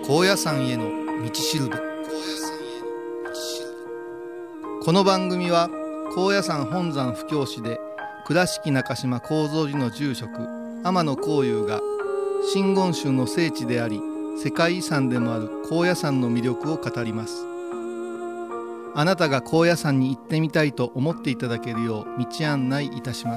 高野山への道しるべ。この番組は高野山本山布教師で倉敷中島高蔵寺の住職天野幸雄が真言宗の聖地であり世界遺産でもある高野山の魅力を語ります。あなたが高野山に行ってみたいと思っていただけるよう道案内いたします。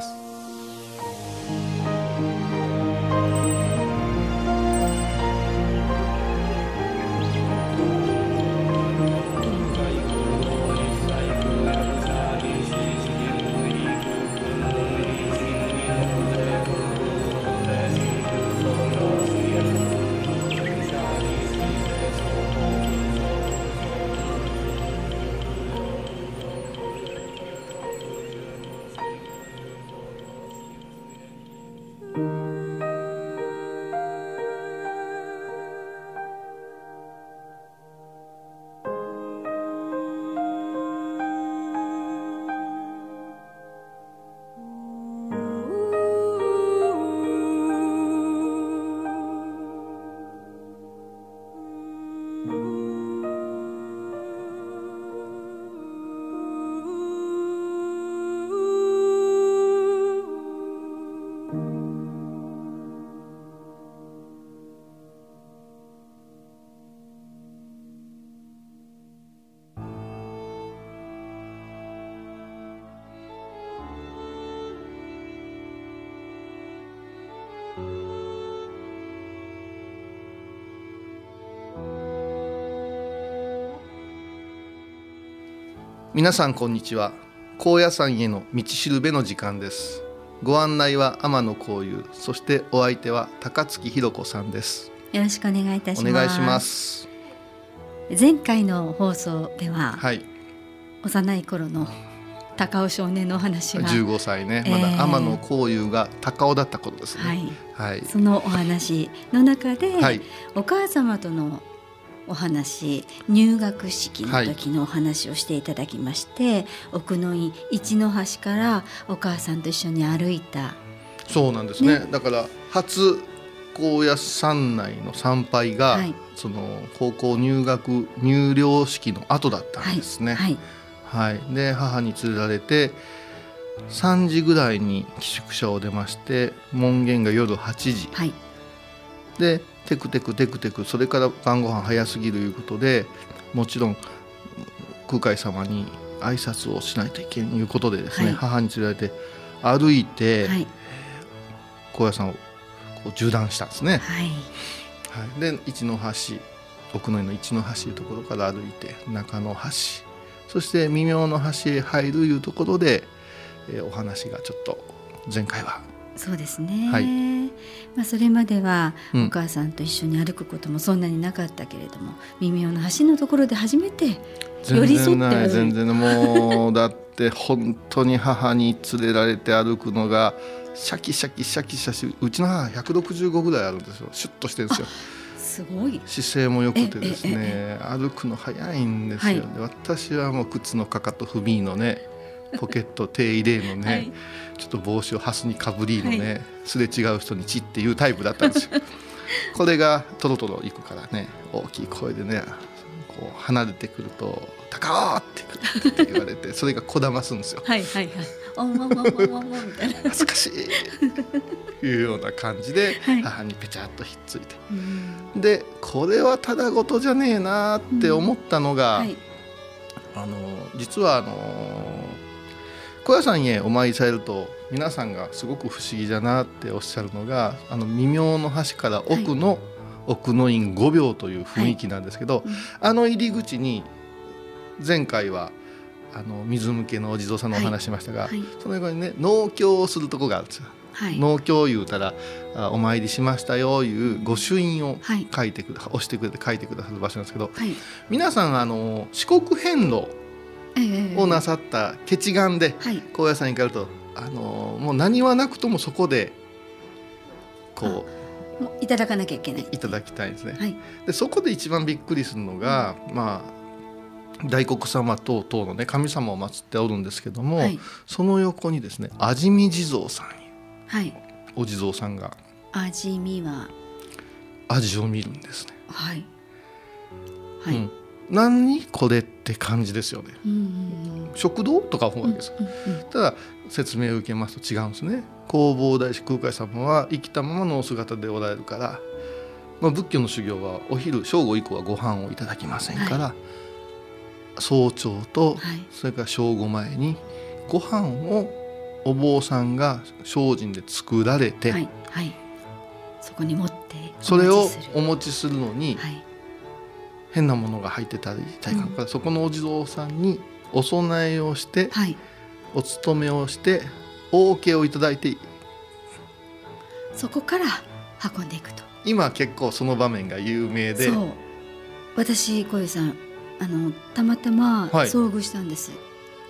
皆さんこんにちは。高野山への道しるべの時間です。ご案内は天野幸雄、そしてお相手は高槻ひろ子さんです。 よろしくお願いいたします。 お願いします。 前回の放送では、 はい、 幼い頃の高尾少年のお話が 15歳ね、まだ天野幸雄が高尾だった頃ですね。 はいはい、 そのお話の中で、 はい、 お母様とのお話、入学式の時のお話をしていただきまして、はい、奥の院一の橋からお母さんと一緒に歩いた。 そうなんですね。だから初高野山内の参拝が、はい、その高校入寮式の後だったんですね。はいはいはい、で母に連れられて3時ぐらいに寄宿舎を出まして、門限が夜8時、はい、でテクテクそれから晩ご飯早すぎるいうことで、もちろん空海様に挨拶をしないといけんいうことでですね、はい、母に連れられて歩いて、はい、高野山をこう縦断したんですね。はいはい、で一の橋、奥の院の一の橋というところから歩いて中の橋、そして微妙の橋へ入るいうところで、お話がちょっと前回はそうですね、はい、それまではお母さんと一緒に歩くこともそんなになかったけれども、微妙な橋のところで初めて寄り添って歩いて、 全然もうだって本当に母に連れられて歩くのがシャキシャキ、うちの母165ぐらいあるんですよ。シュッとしてるんですよ。 すごい姿勢も良くてですね、歩くの早いんですよ、はい、私はもう靴のかかと踏みのね、ポケット手入れのね、はい、ちょっと帽子をハスにかぶりのね、はい、すれ違う人にチっていうタイプだったんですよ。これがトロトロいくからね、大きい声でね、こう離れてくると高尾って言われてそれがこだますんですよ。 はいはいはい、おんおんおんおんおんみたいな恥ずかしいいうような感じで母にペチャッとひっついて、はい、でこれはただごとじゃねえなって思ったのが、はい、実は高野山へお参りされると皆さんがすごく不思議だなっておっしゃるのが、微妙の橋から奥の、はい、奥の院5秒という雰囲気なんですけど、はい、入り口に前回は水向けのお地蔵さんのお話しましたが、はいはい、その横にね納経をするとこがあるんですよ。はい、納経言うたらお参りしましたよいう御朱印を書いて押してくれて書いてくださる場所なんですけど、はい、皆さん四国遍路をなさった結願で高野山に行かれると、もう何はなくともそこでこうもういただかなきゃいけない、 いただきたいですね。はい、でそこで一番びっくりするのが、大黒様等々のね神様を祀っておるんですけども、はい、その横にですね味見地蔵さん、はい、お地蔵さんが味見は味を見るんですね。 はい、 はい、 何これって感じですよね、食堂とか思うわけです、ただ説明を受けますと違うんですね。弘法大師空海様は生きたままのお姿でおられるから、仏教の修行はお昼正午以降はご飯をいただきませんから、はい、早朝とそれから正午前にご飯をお坊さんが精進で作られて、はいはい、 そこに持ってそれをお持ちするのに、はい、変なものが入ってたりから、そこのお地蔵さんにお供えをして、はい、お勤めをしてお受けをいただいて、 そこから運んでいくと。 今結構その場面が有名で、 そう、私小遊さんたまたま遭遇したんです、はい、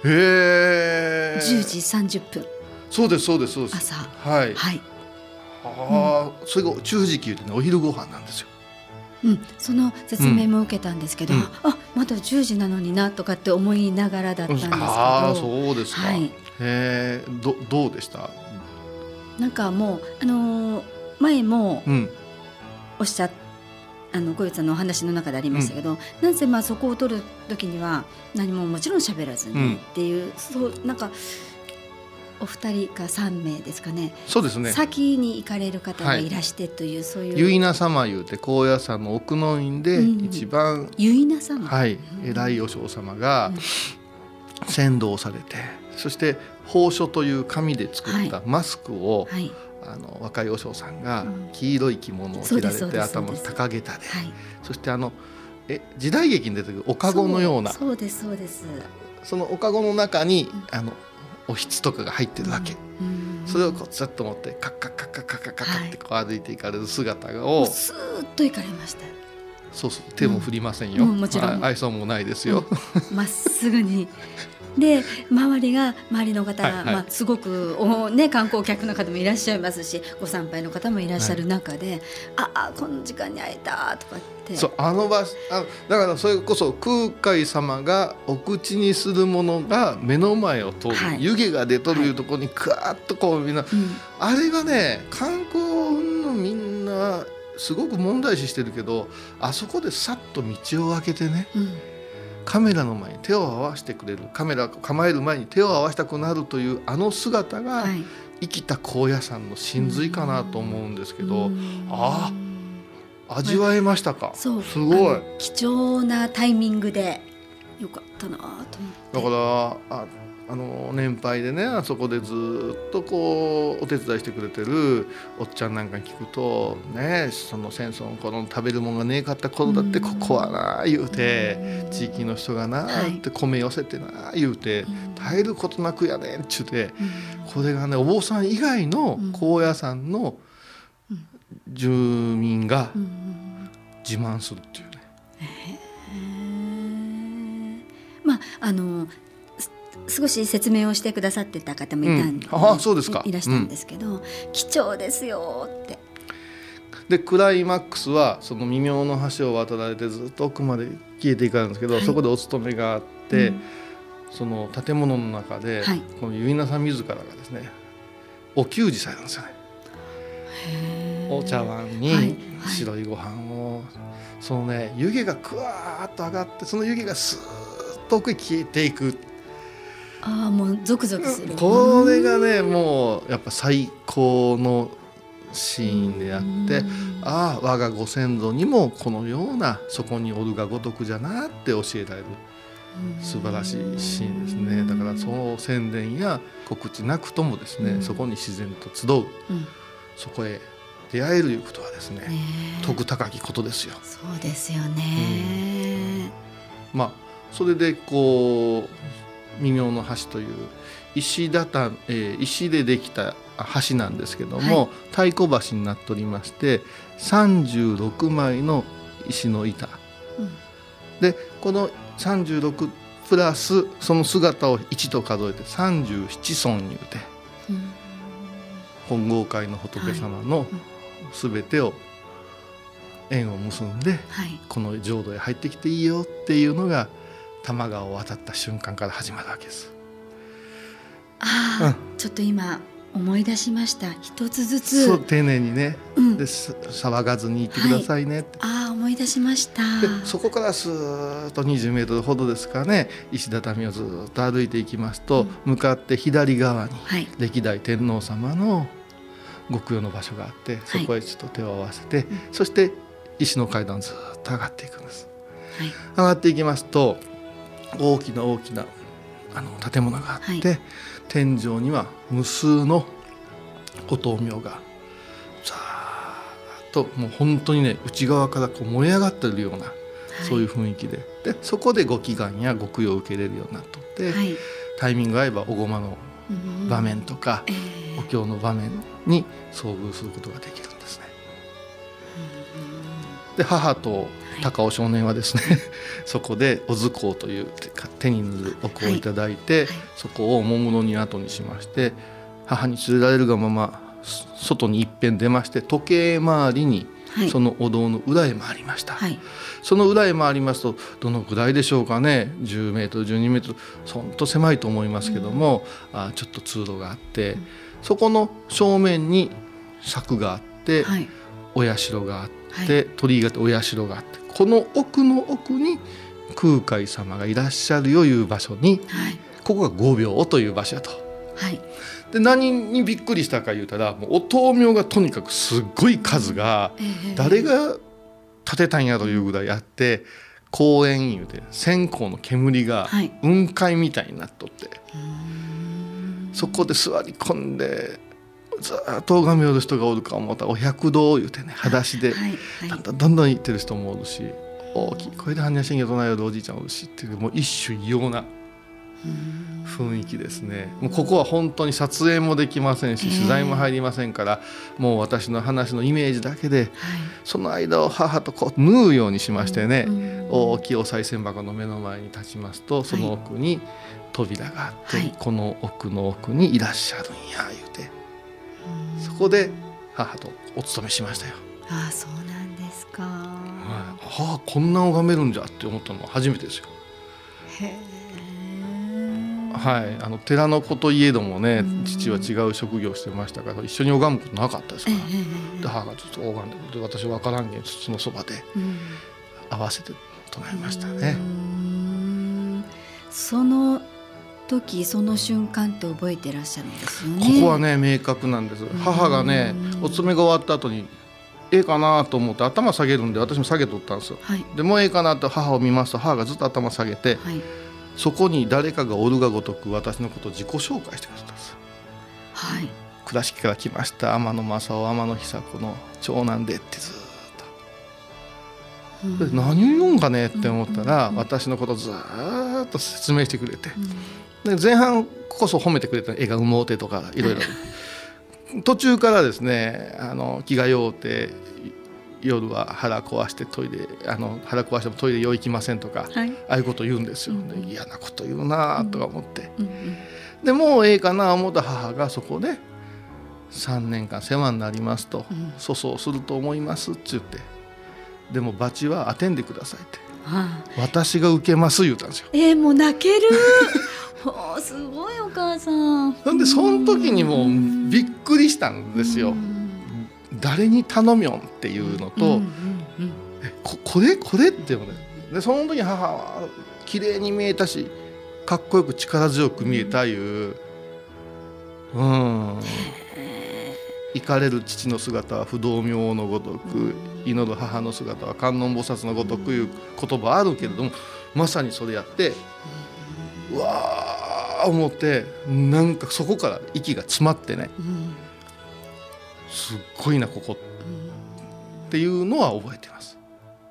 へー、 10時30分。 そうですそうですそうです、 朝、 はい、はい、それが中時給でね、お昼ご飯なんですよ。 その説明も受けたんですけど、まだ10時なのになとかって思いながらだったんですけど、 そうですか、はい、どうでした？ なんかもう前もおっしゃ小遊さんのお話の中でありましたけど、なんせそこを取る時には何ももちろん喋らずにっていう、そうなんかお二人か3名ですかね。 そうですね。 先に行かれる方がいらしてという、そういう結稲様いうて高野山の奥の院で一番、 結稲様、 はい、偉いお嬢様が先導されて、そして宝書という紙で作ったマスクを、はい、若いお嬢さんが黄色い着物を着られて、頭高げたで、そして時代劇に出てくるおかごのような、 そうですそうです、 そのおかごの中におひつとかが入ってるわけ、それをこうずっと持ってカッカッカッカッカッカッカッってこう歩いていかれる姿をスーッと行かれました。 そうそう、手も振りませんよ、 もちろん愛想もないですよ、 まっすぐにで周りの方、すごく観光客の方もいらっしゃいますし、ご参拝の方もいらっしゃる中で、この時間に会えたとかって、 そう場所だから、それこそ空海様がお口にするものが目の前を通る、湯気が出とるいうところにクワーッとこうみんな、あれがね、観光のみんなすごく問題視してるけど、あそこでさっと道を開けてね、カメラの前に手を合わせてくれる、カメラ構える前に手を合わせたくなるという姿が、生きた高野山の真髄かなと思うんですけど、味わえましたか？ そう、 すごい貴重なタイミングでよかったなと思って。 だから年配でね、あそこでずっとこうお手伝いしてくれてるおっちゃんなんかに聞くとね、その戦争の頃の食べるものがねえかった頃だって、ここはな言うて、地域の人がなって米寄せてな言うて、絶えることなくやねんっちゅうて、これがね、お坊さん以外の高野山の住民が自慢するっていうね。少し説明をしてくださってた方もいたんで、 そうですか、 いらしたんですけど、貴重ですよって。 でクライマックスはその微妙の橋を渡られてずっと奥まで消えていかれるんですけど、そこでお勤めがあって、その建物の中で、この結稲さん自らがですね、お給仕されるんですよね。お茶碗に白いご飯を、そのね、湯気がクワーッと上がって、その湯気がスーッと奥へ消えていく。 もうゾクゾクする。 これがね、もうやっぱ最高のシーンであって、我がご先祖にもこのようなそこにおるがごとくじゃなって教えられる素晴らしいシーンですね。だからその宣伝や告知なくともですね、そこに自然と集う、そこへ出会えるいうことはですね、徳高きことですよ。 そうですよね。 それでこう微妙の橋という石でできた橋なんですけども、太鼓橋になっておりまして、36枚の石の板、でこの36プラスその姿を1と数えて37尊に言うて、本郷会の仏様の全てを縁を結んで、この浄土へ入ってきていいよっていうのが多摩川を渡った瞬間から始まるわけです。 ちょっと今思い出しました。一つずつそう丁寧にね、で騒がずに行ってくださいねって、 思い出しました。 でそこからスーッと20メートルほどですかね、石畳をずっと歩いていきますと、向かって左側に歴代天皇様のご供養の場所があって、そこへちょっと手を合わせて、そして石の階段をずっと上がっていくんです。上がっていきますと大きな大きな建物があって、天井には無数のお灯明がざーっともう本当にね、内側からこう燃え上がってるような、そういう雰囲気で、そこでご祈願やご供養を受けれるようになっとって、タイミングが合えばおごまの場面とか、お経の場面に遭遇することができるんですね。で母と高尾少年はですねそこでお図香という手に塗るお香をいただいて、そこをおもむろに後にしまして、母に連れられるがまま外に一遍出まして、時計回りにそのお堂の裏へ回りました。その裏へ回りますと、どのくらいでしょうかね、10メートル12メートル、そんと狭いと思いますけども、ちょっと通路があって、そこの正面に柵があって、お社があって、鳥居があってお社があって、この奥の奥に空海様がいらっしゃるよいう場所に、ここが御廟という場所だと。で何にびっくりしたか言うたら、もうお灯明がとにかくすっごい数が、誰が建てたんやというぐらいあって、公園いうて線香の煙が雲海みたいになっとって、そこで座り込んでずっと拝みよる人がおるか思ったら、お百度いうてね、裸足でどんどん行ってる人もおるし、大きい声で般若心経唱えるおじいちゃんおるしっていう、もう一種異様な雰囲気ですね。もうここは本当に撮影もできませんし、取材も入りませんから、もう私の話のイメージだけで、その間を母とこう縫うようにしましてね、大きいお賽銭箱の目の前に立ちますと、その奥に扉があって、この奥の奥にいらっしゃるんや言うて、そこで母とお勤めしましたよ。 そうなんですか。 こんな拝めるんじゃって思ったのは初めてですよ。寺の子といえどもね、父は違う職業をしてましたから、一緒に拝むことなかったですから、で母がずっと拝んでくれて、私は分からんけんそのそばで合わせて唱えましたね。 その時その瞬間って覚えてらっしゃるんですよね。 ここはね明確なんです。母がねお勤めが終わった後にかなと思って頭下げるんで、私も下げとったんですよ。でもうかなと母を見ますと、母がずっと頭下げて、そこに誰かがおるがごとく私のことを自己紹介してくれたんです。倉敷から来ました天野正夫、天野久子の長男でってずっと、何を言うんかねって思ったら、私のことをずっと説明してくれて、で前半こそ褒めてくれた、絵がうもうてとかいろいろ途中からですね、気が弱うて夜は腹壊してトイレ腹壊してもトイレよう行きませんとか、ああいうこと言うんですよ。嫌なこと言うなとか思って、でもうかな思った母がそこで3年間世話になりますと、粗相すると思いますって言って、でもバチは当てんでくださいって、私が受けます言うたんですよ。 もう泣けるすごいお母さん。 なんでその時にもうびっくりしたんですよ。誰に頼みょんっていうのと、これって思うね。でその時母は綺麗に見えたし、かっこよく力強く見えたいう行かれる父の姿は不動明王のごとく、祈る母の姿は観音菩薩のごとくいう言葉あるけれども、まさにそれやって、うわー思って、なんかそこから息が詰まってね、すっごいなここっていうのは覚えてます。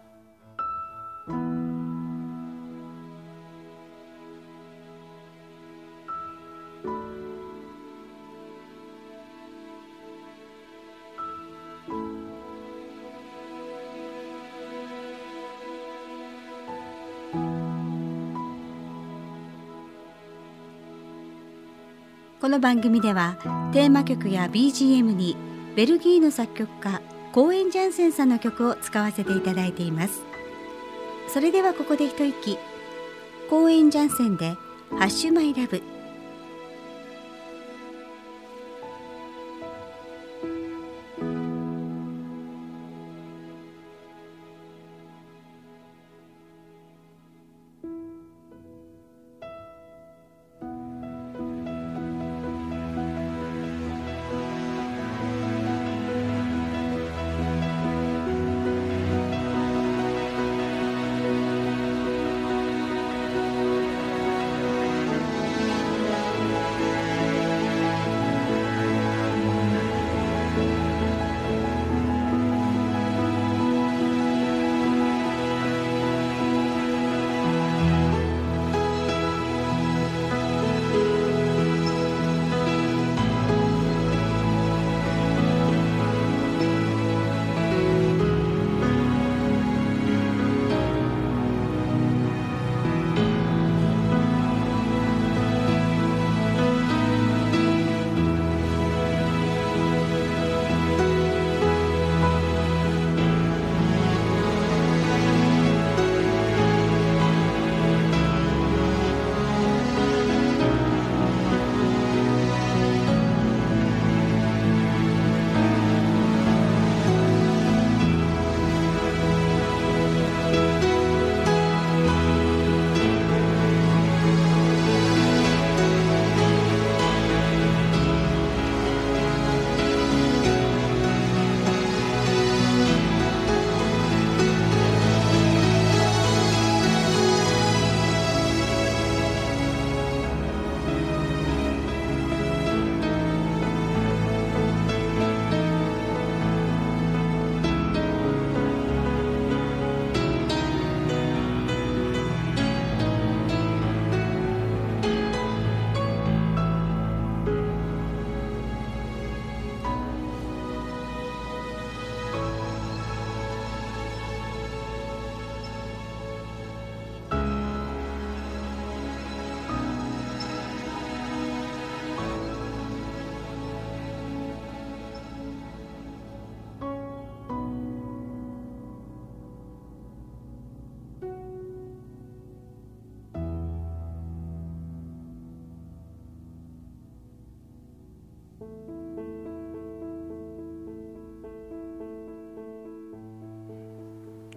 この番組ではテーマ曲や BGM にベルギーの作曲家コーエン・ジャンセンさんの曲を使わせていただいています。それではここで一息、コーエン・ジャンセンでハッシュマイラブ。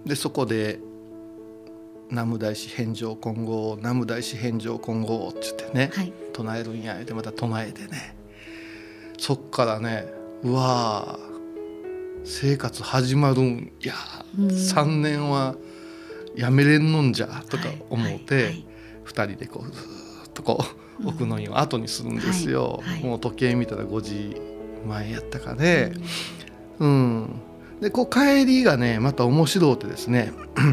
でそこで南無大師返上金剛南無大師返上金剛って言ってね、はい、唱えるんやでまた唱えてね、そっからねうわ生活始まるんや、3年はやめれんのんじゃとか思って、はいはいはい、2人でこうずっとこう奥の院を後にするんですよ、はいはい、もう時計見たら5時前やったかね、でこう帰りがねまた面白うてですね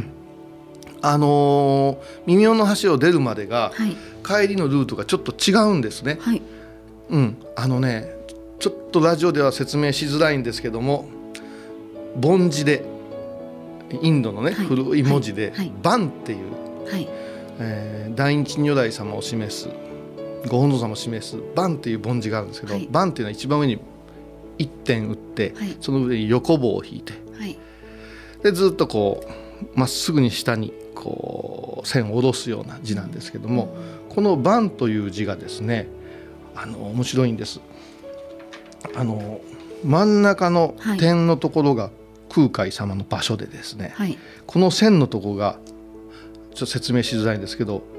耳緒の橋を出るまでが、はい、帰りのルートがちょっと違うんですね、はい、ちょっとラジオでは説明しづらいんですけども、梵字でインドのね、はい、古い文字で、はい、バンっていう、はい大日如来様を示すご本尊様を示すバンっていう梵字があるんですけど、はい、バンっていうのは一番上に1点打って、はい、その上に横棒を引いて、はい、でずっとこうまっすぐに下にこう線を下ろすような字なんですけども、このバンという字がですね面白いんです。真ん中の点のところが空海様の場所でですね、はい、この線のところがちょっと説明しづらいんですけど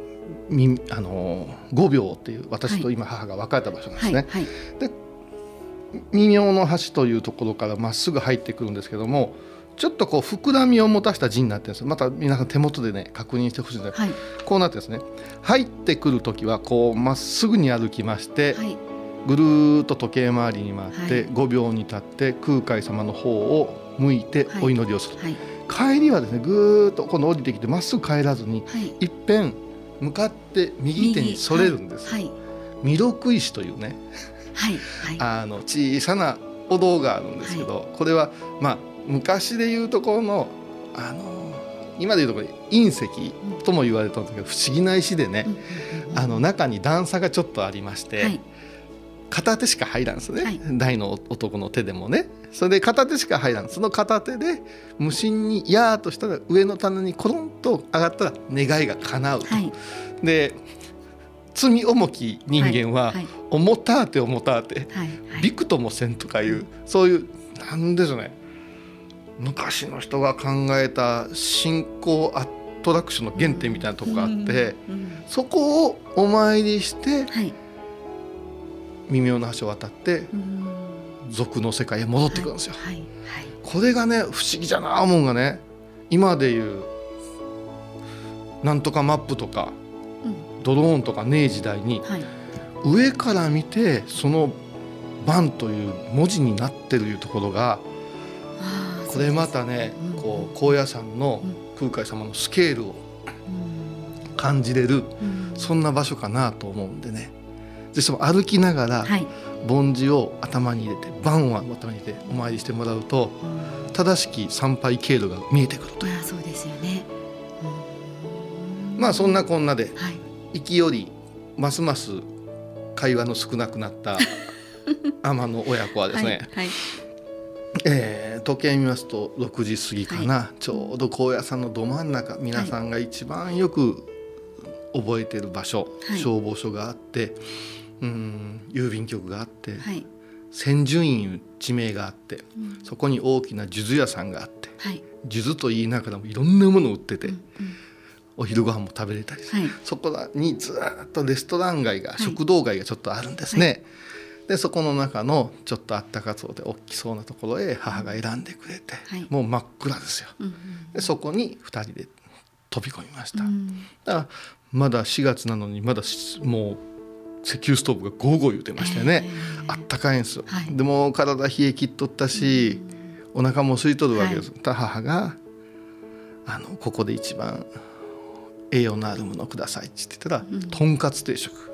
5秒っていう私と今母が別れた場所なんですね、はいはいはい、で耳緒の橋というところからまっすぐ入ってくるんですけども、ちょっとこう膨らみを持たした字になってるんです。また皆さん手元でね確認してほしいので、はい、こうなってですね、入ってくるときはこうまっすぐに歩きまして、はい、ぐるーっと時計回りに回って、はい、5秒に立って空海様の方を向いてお祈りをする、はいはい、帰りはですねぐーっとこの降りてきてまっすぐ帰らずに、はい、いっぺん向かって右手にそれるんです、はいはい、弥勒石というね、はいはい、小さなお堂があるんですけど、はい、これはまあ昔でいうところの今でいうところ隕石とも言われたんですけど、不思議な石でね、中に段差がちょっとありまして、はい、片手しか入らんですね、はい、大の男の手でもね、それで片手しか入らん。その片手で無心にやーっとしたら上の棚にコロンと上がったら願いが叶うと、はい、で罪重き人間は重たって重たってびくともせんとかいう、そういうなんでしょうね、昔の人が考えた信仰アトラクションの原点みたいなとこがあって、そこをお参りして、はい、耳緒の橋を渡って俗の世界へ戻ってくるんですよ、はいはいはい、これがね不思議じゃな思うんがね、今でいうなんとかマップとか、ドローンとかねえ時代に、はい、上から見てその番という文字になってるいうところが、これまたね、こう高野山の空海様のスケールを感じれる、そんな場所かなと思うんでね、ぜひとも歩きながら梵字を頭に入れて、番を頭に入れてお参りしてもらうと、正しき参拝経路が見えてくるという。 そうですよね。 まあそんなこんなで、はい、生きよりますます会話の少なくなった天野親子はですね、はいはい、時計見ますと6時過ぎかな、はい、ちょうど高野山のど真ん中、皆さんが一番よく覚えている場所、はい、消防署があって、郵便局があって、はい、千住院地名があって、そこに大きな数珠屋さんがあって、はい、数珠と言いながらもいろんなものを売ってて、お昼ご飯も食べれたり、はい、そこにずっとレストラン街が、はい、食堂街がちょっとあるんですね、はい、でそこの中のちょっとあったかそうで大きそうなところへ母が選んでくれて、はい、もう真っ暗ですよ、でそこに2人で飛び込みました、だからまだ4月なのにまだもう石油ストーブがゴーゴー言うてましたよね、あったかいんですよ、はい、でも体冷え切っとったし、お腹も空いとるわけです、はい、母がここで一番栄養のあるものくださいって言ってたら、とんかつ定食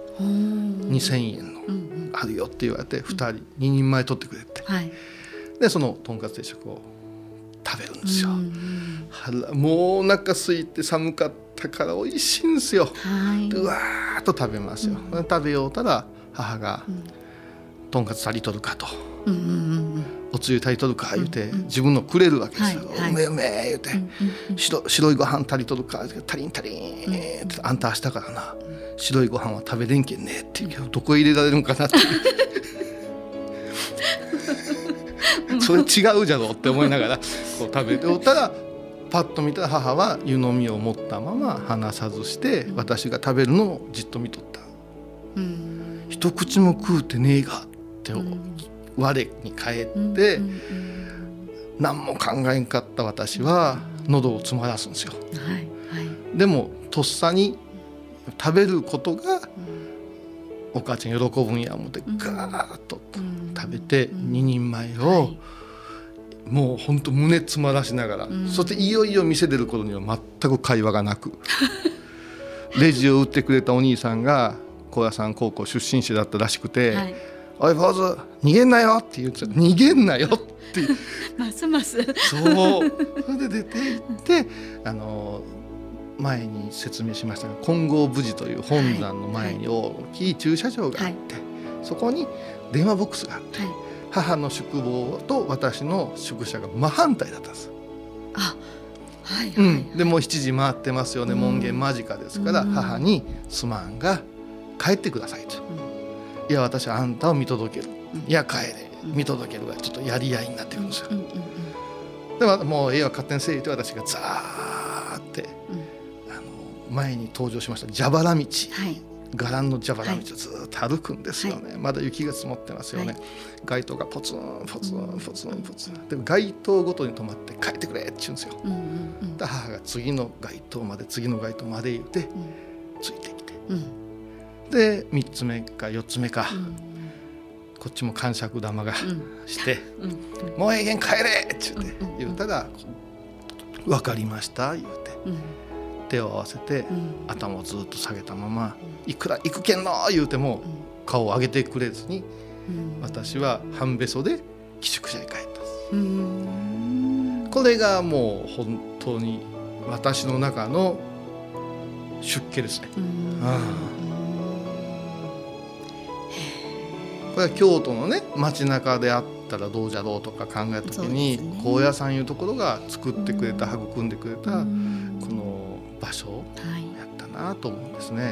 2000円のあるよって言われて、2人前取ってくれて、はい、でそのとんかつ定食を食べるんですよ、もうお腹空いて寒かったから美味しいんですよ、はい、うわーっと食べますよ、食べようたら母が、とんかつ足りとるかと、おつゆ足りとるか言うて、自分のくれるわけですよ、うめうめ言うて、白いご飯足りとるか、足りん足りん、あんた明日からな白いご飯は食べれんけんねって言うけど、どこへ入れられるんかなってそれ違うじゃろって思いながらこう食べておったら、 パッと見たら母は湯飲みを持ったまま離さずして私が食べるのをじっと見とった。一口も食うてねえがって我に返って何も考えんかった私は喉を詰まらすんですよ。でもとっさに食べることがお母ちゃん喜ぶんや思ってガーッと食べて2人前をもうほんと胸詰まらしながら、そしていよいよ店出る頃には全く会話がなくレジを売ってくれたお兄さんが高野山高校出身者だったらしくて、おい坊主逃げんなよって言って逃げんなよってますますそうそれで出て行って前に説明しましたが金剛無事という本山の前に大きい駐車場があって、そこに電話ボックスがあって、母の宿坊と私の宿舎が真反対だったんです。でもう7時回ってますよね、門限間近ですから、母にすまんが帰ってくださいと、いや私はあんたを見届ける、いや帰れ見届けるがちょっとやり合いになってくるんですよ。でももう絵は勝手にせいて私がザーって、前に登場しました蛇腹道、伽藍の蛇腹道をずっと歩くんですよね、まだ雪が積もってますよね、街灯がポツンポツンポツンポツンで街灯ごとに止まって帰ってくれって言うんですよ、で母が次の街灯まで次の街灯まで言ってついてきて、で3つ目か4つ目か、こっちも感触玉がして、もうええけん帰れって言ったら分かりました言うて、手を合わせて、頭をずっと下げたまま、いくら行くけんの言うても顔を上げてくれずに、私は半べそで寄宿舎に帰ったんです。これがもう本当に私の中の出家ですね。これは京都のね街中であったらどうじゃろうとか考えた時に、高野山いうところが作ってくれた育んでくれたこの場所やったなと思うんですね。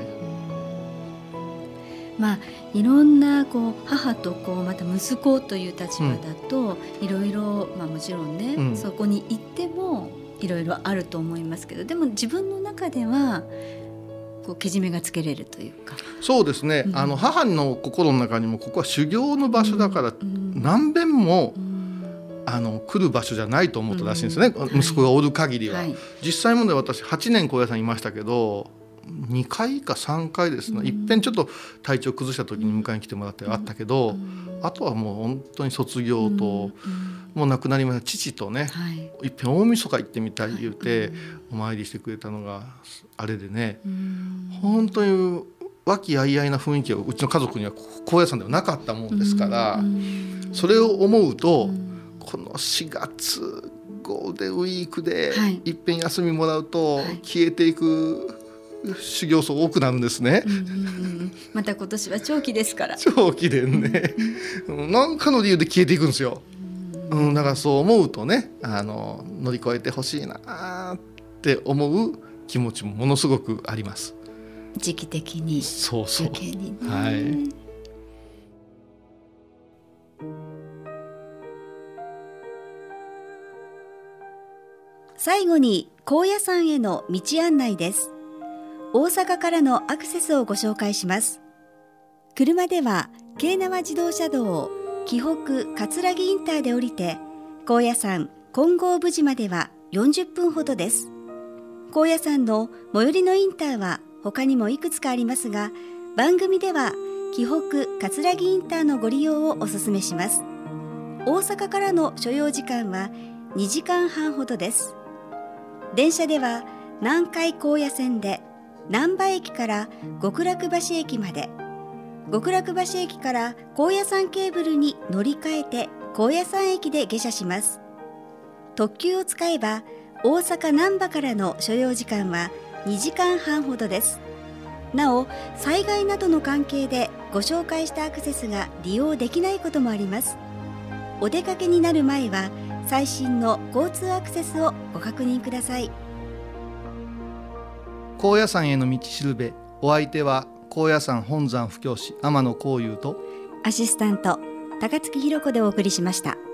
いろんな母とまた息子という立場だといろいろもちろんね、そこに行ってもいろいろあると思いますけど、でも自分の中ではけじめがつけれるというか。そうですね、 母の心の中にもここは修行の場所だから、何遍も来る場所じゃないと思ったらしいんですね、息子がおる限りは、実際問題私8年高野山いましたけど2回か3回ですね、いっぺんちょっと体調崩した時に迎えに来てもらってあったけど、あとはもう本当に卒業と、もう亡くなりました父とね、いっぺん大晦日行ってみたい言うてお参りしてくれたのがあれでね、本当に和気あいあいな雰囲気がうちの家族には高野山ではなかったもんですから、それを思うとこの4月ゴールデンウィークでいっぺん休みもらうと消えていく修行僧多くなるんですね。 また今年は長期ですから。 長期でね、何かの理由で消えていくんですよ。だからそう思うとね、乗り越えてほしいなって思う気持ちもものすごくあります。 時期的に、 そうそう、 余計にね、 はい。 最後に高野山への道案内です。大阪からのアクセスをご紹介します。車では京奈和自動車道紀北葛城インターで降りて、高野山金剛無事までは40分ほどです。高野山の最寄りのインターは他にもいくつかありますが、番組では紀北葛城インターのご利用をお勧めします。大阪からの所要時間は2時間半ほどです。電車では南海高野線で難波駅から極楽橋駅まで、極楽橋駅から高野山ケーブルに乗り換えて高野山駅で下車します。特急を使えば大阪難波からの所要時間は2時間半ほどです。なお、災害などの関係でご紹介したアクセスが利用できないこともあります。お出かけになる前は最新の交通アクセスをご確認ください。 高野山への道しるべ、お相手は高野山本山布教師天野幸雄とアシスタント高槻弘子でお送りしました。